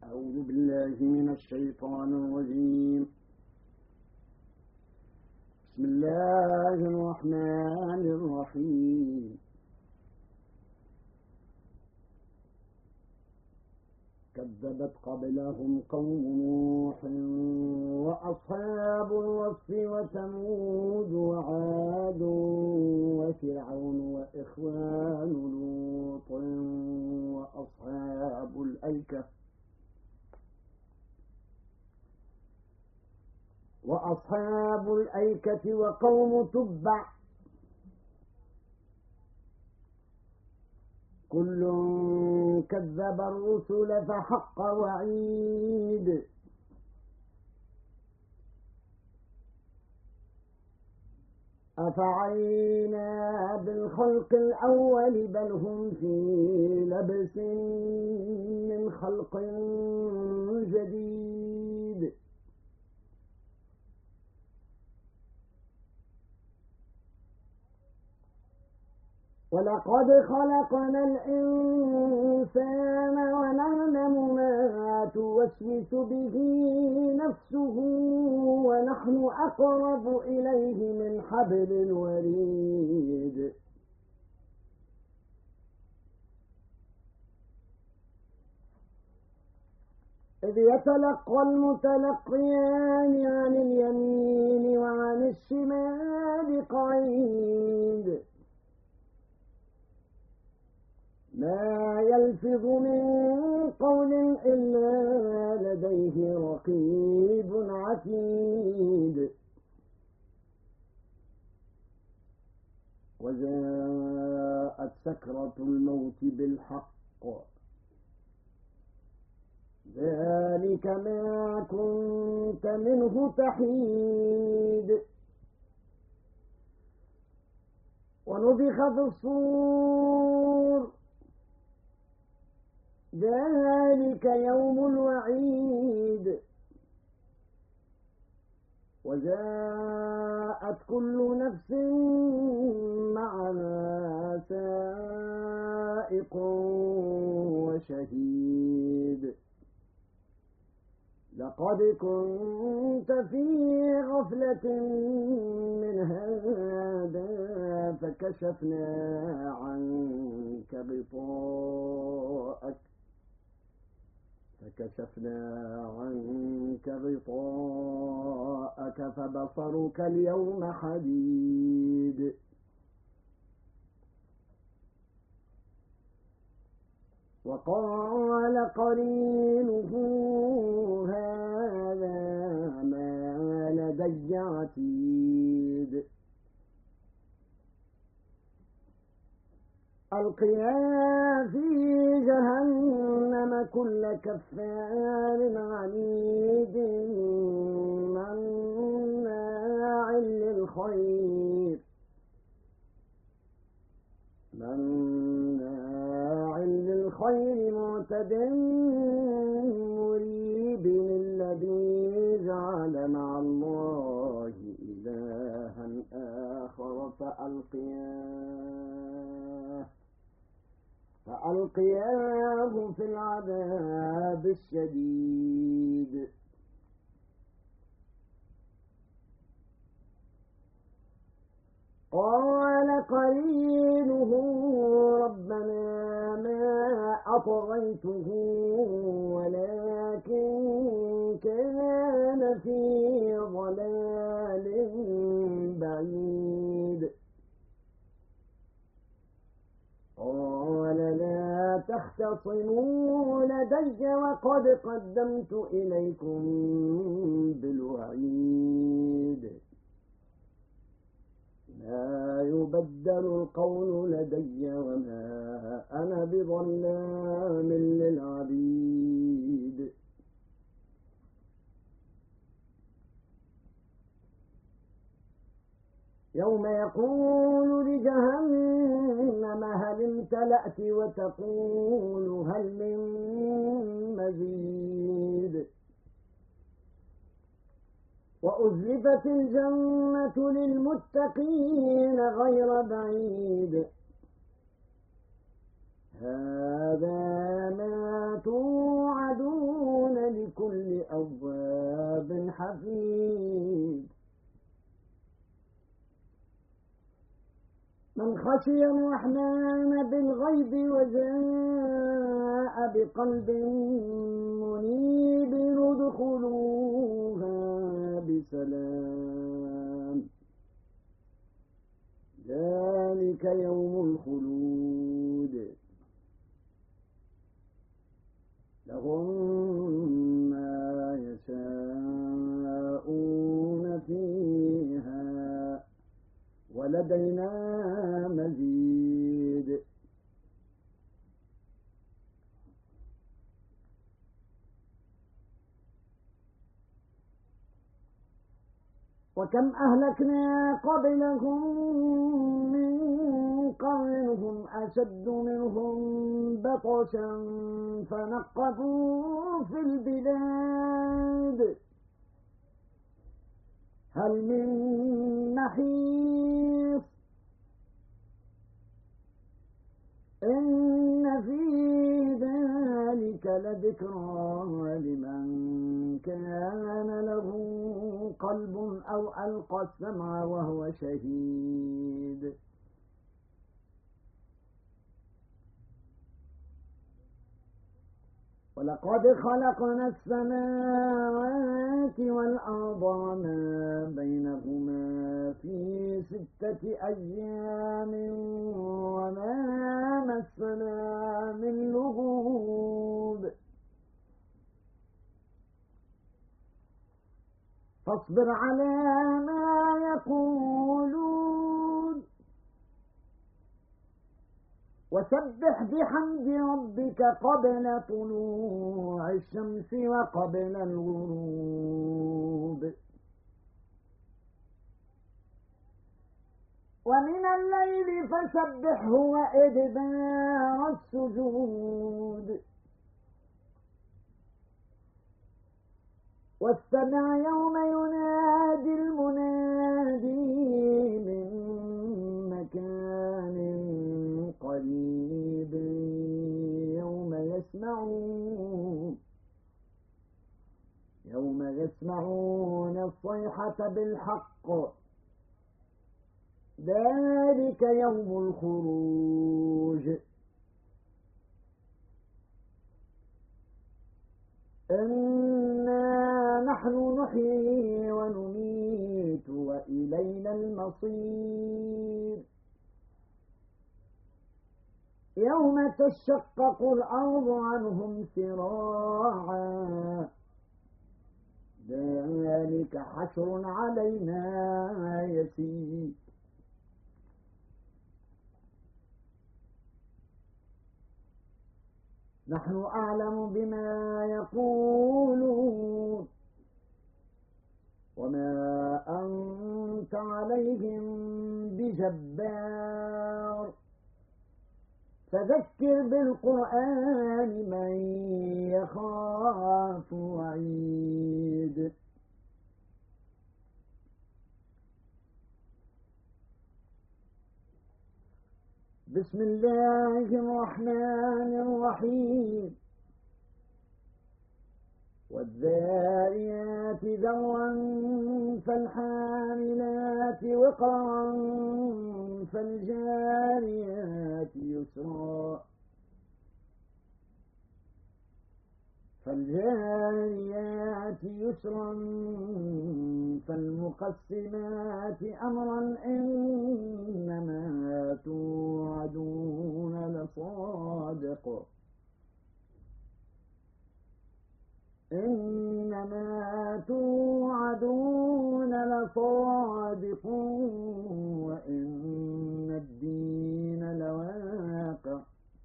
أعوذ بالله من الشيطان الرجيم. بسم الله الرحمن الرحيم. كذبت قبلهم قوم نوح وأصحاب الرس وثمود وعاد وفرعون وإخوان لوط وأصحاب الأيكة وقوم تبع كل كذب الرسل فحق وعيد. أفعينا بالخلق الأول بل هم في لبس من خلق جديد. ولقد خلقنا الإنسان ونعلم ما توسوس به نفسه ونحن أقرب إليه من حبل الوريد. إذ يتلقى المتلقيان عن اليمين وعن الشمال قعيد. ما يلفظ من قول إلا لديه رقيب عتيد. وجاءت سكرة الموت بالحق ذلك ما كنت منه تحيد. ونفخ في الصور ذلك يوم الوعيد. وجاءت كل نفس معها سائق وشهيد. لقد كنت في غفلة من هذا فكشفنا عنك غطاءك فبصرك اليوم حديد. وقال قرينه هذا ما لدي عتيد. ألقيا في جهنم كل كفار عنيد مناع للخير معتد مريب. الذي جعل مع الله إلها آخر فألقياه في العذاب الشديد. قال قرينه ربنا ما أطغيته ولكن كان في ضلال بعيد. قال لا تختصموا لدي وقد قدمت إليكم بالوعيد. لا يبدل القول لدي وما أنا بظلام للعبيد. يوم يقول لجهنم هل امتلأت وتقول هل من مزيد. وأزلفت الجنة للمتقين غير بعيد. هذا ما توعدون أواب حفيظ من خشي الرحمن بالغيب وجاء بقلب منيب ادخلوها بسلام ذلك يوم الخلود لهم ما يشاءون فيها ولدينا مزيد وكم أهلكنا قبلهم من قرن هم أشد منهم بطشا فنقبوا في البلاد هل من محيص إن في ذلك لذكرى لمن كان له قلب أو ألقى السمع وهو شهيد ولقد خلقنا السماوات والأرض وما بينهما في 6 أيام وما مسنا من لغوب فاصبر على ما يقولون وسبح بحمد ربك قبل طلوع الشمس وقبل الغروب ومن الليل فسبحه وإدبار السجود واستمع يوم ينادي المنادي من مكان قريب يوم يسمعون الصيحة بالحق ذلك يوم الخروج إنا نحن نحيي ونميت وإلينا المصير يوم تشقق الأرض عنهم سراعا ذلك حشر علينا يسير نحن أعلم بما يقولون وما أنت عليهم بجبار فذكر بالقرآن من يخاف وعيد بسم الله الرحمن الرحيم والذاريات ذروا فالحاملات وقرا فالجاريات يسرا فالمقسمات أمرا إنما توعدون لصادق وإن الدين لواقع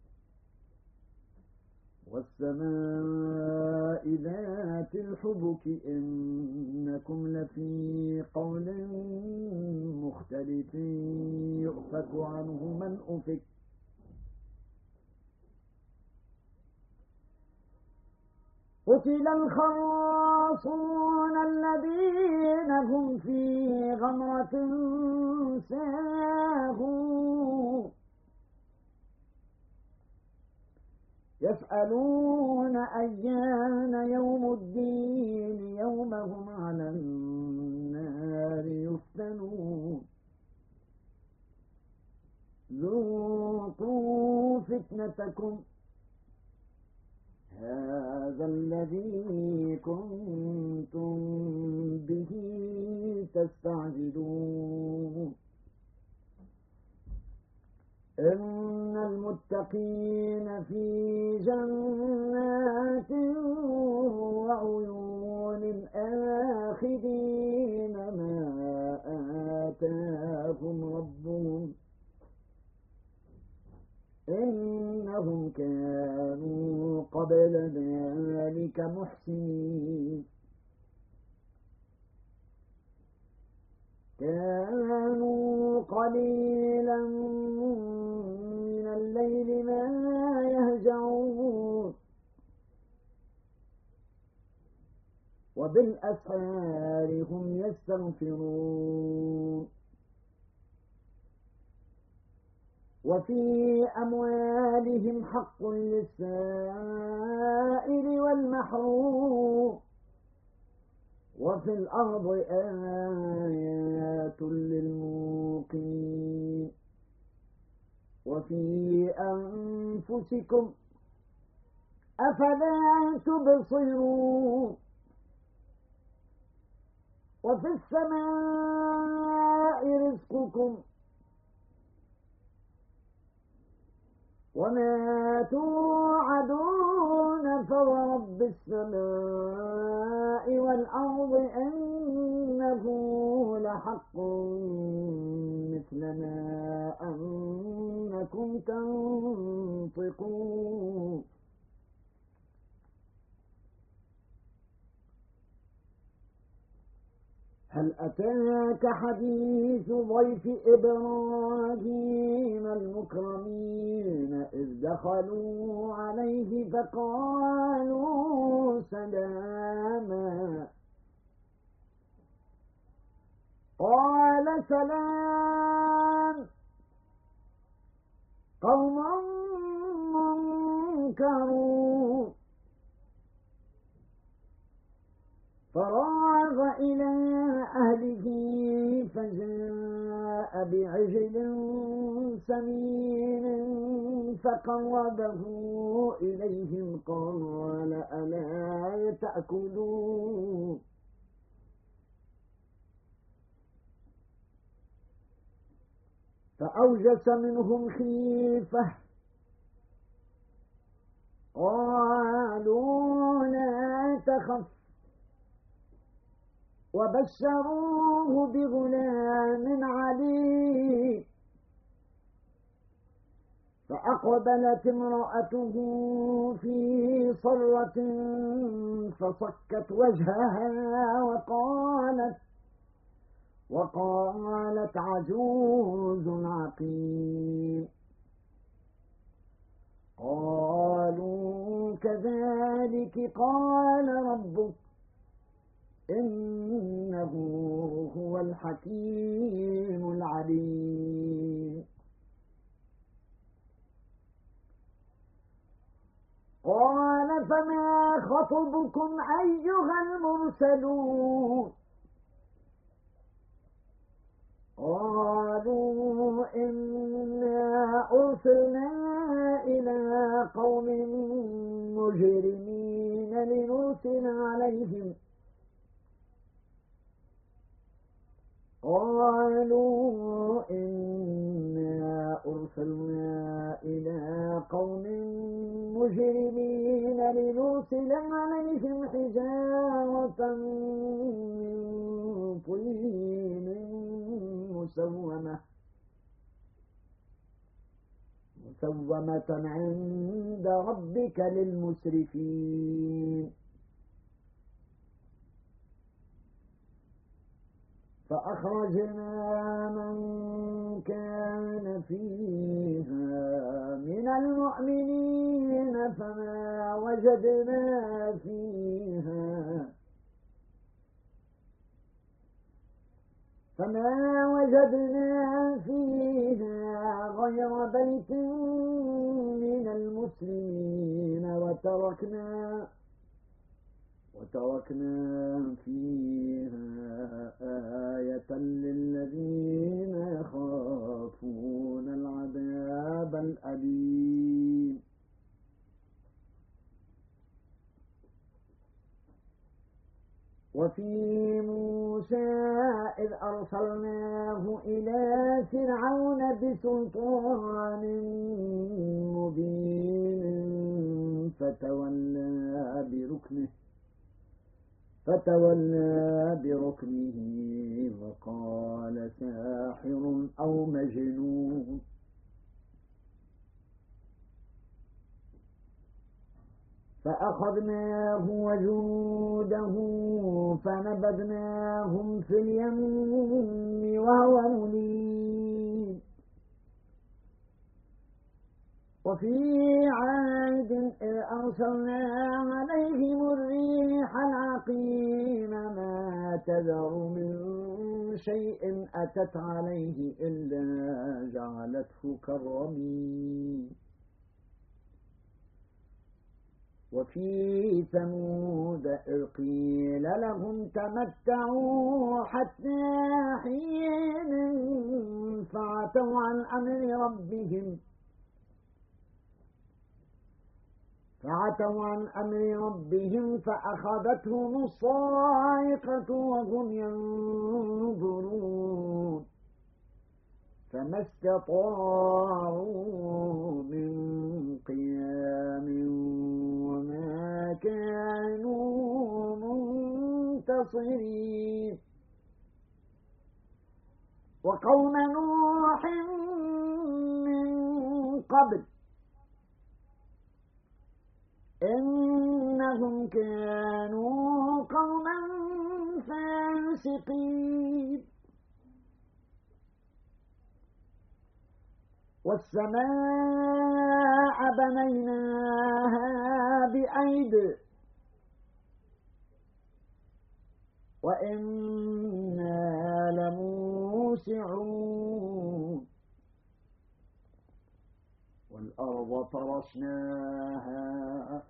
والسماء ذات الحبك إنكم لفي قول مختلف يؤفك عنه من أفك قتل الخراصون الذين هم في غمرة ساهون يسألون أيان يوم الدين يوم هم على النار يفتنون ذوقوا فتنتكم هذا الذي كنتم به تستعجلون إن المتقين في جنات وعيون آخذين ما آتاهم ربهم إنهم كانوا قبل ذلك محسنين كانوا قليلا من الليل ما يهجعون وبالأسحار هم يستغفرون وفي أموالهم حق للسائل والمحروم وفي الأرض آيات للموقنين وفي أنفسكم أفلا تبصرون وفي السماء رزقكم وما توعدون فورب السماء والأرض إنه لحق مثل ما أنكم تنطقون هل أتاك حديث ضيف إبراهيم المكرمين إذ دخلوا عليه فقالوا سلاما قال سلام قوم منكرون فراغ إلى أهله فجاء بعجل سمين فقربه إليهم قال ألا تأكلون فأوجس منهم خيفة قالوا لا تخف وبشروه بغلام عليم فأقبلت امرأته في صرة فصكت وجهها وقالت عجوز عقيم قالوا كذلك قال ربك إنه هو الحكيم العليم قال فما خطبكم أيها المرسلون قالوا إنا أرسلنا إلى قوم مجرمين لنرسل عليهم قالوا إنا أرسلنا إلى قوم مجرمين لنرسل عليهم حجارة من طين مسومة عند ربك للمسرفين فأخرجنا من كان فيها من المؤمنين فما وجدنا فيها غير بيت من المسلمين وتركنا فيها آية للذين يخافون العذاب الأليم. وفي موسى إذ أرسلناه إلى فرعون بسلطان مبين فتولى بركنه وقال ساحر أو مجنون. فأخذناه وجنوده فنبذناهم في اليم وهو مليم. وفي عاد إذ أرسلنا عليهم الريح العقيم ما تذر من شيء أتت عليه إلا جعلته كالرميم. وفي ثمود إذ قيل لهم تمتعوا حتى حين فعتوا عن أمر ربهم فأخذتهم الصاعقة وهم ينظرون فما استطاعوا من قيام وما كانوا منتصرين. وقوم نوح من قبل إنهم كانوا قوما فاسقين. والسماء بنيناها بأيد وإنا لموسعون. والأرض فرشناها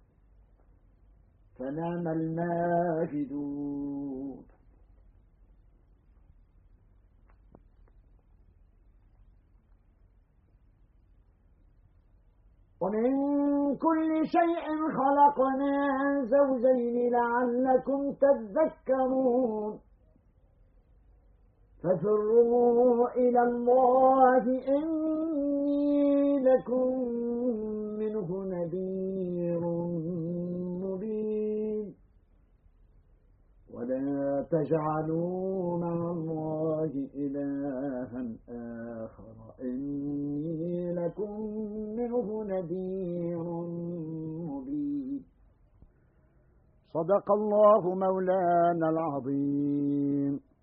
فنعم الماهدون. ومن كل شيء خلقنا زوجين لعلكم تذكرون. ففروا إلى الله إني لكم منه نذير مبين. ولا تجعلوا مع الله إلها آخر إني لكم منه نذير مبين. صدق الله مولانا العظيم.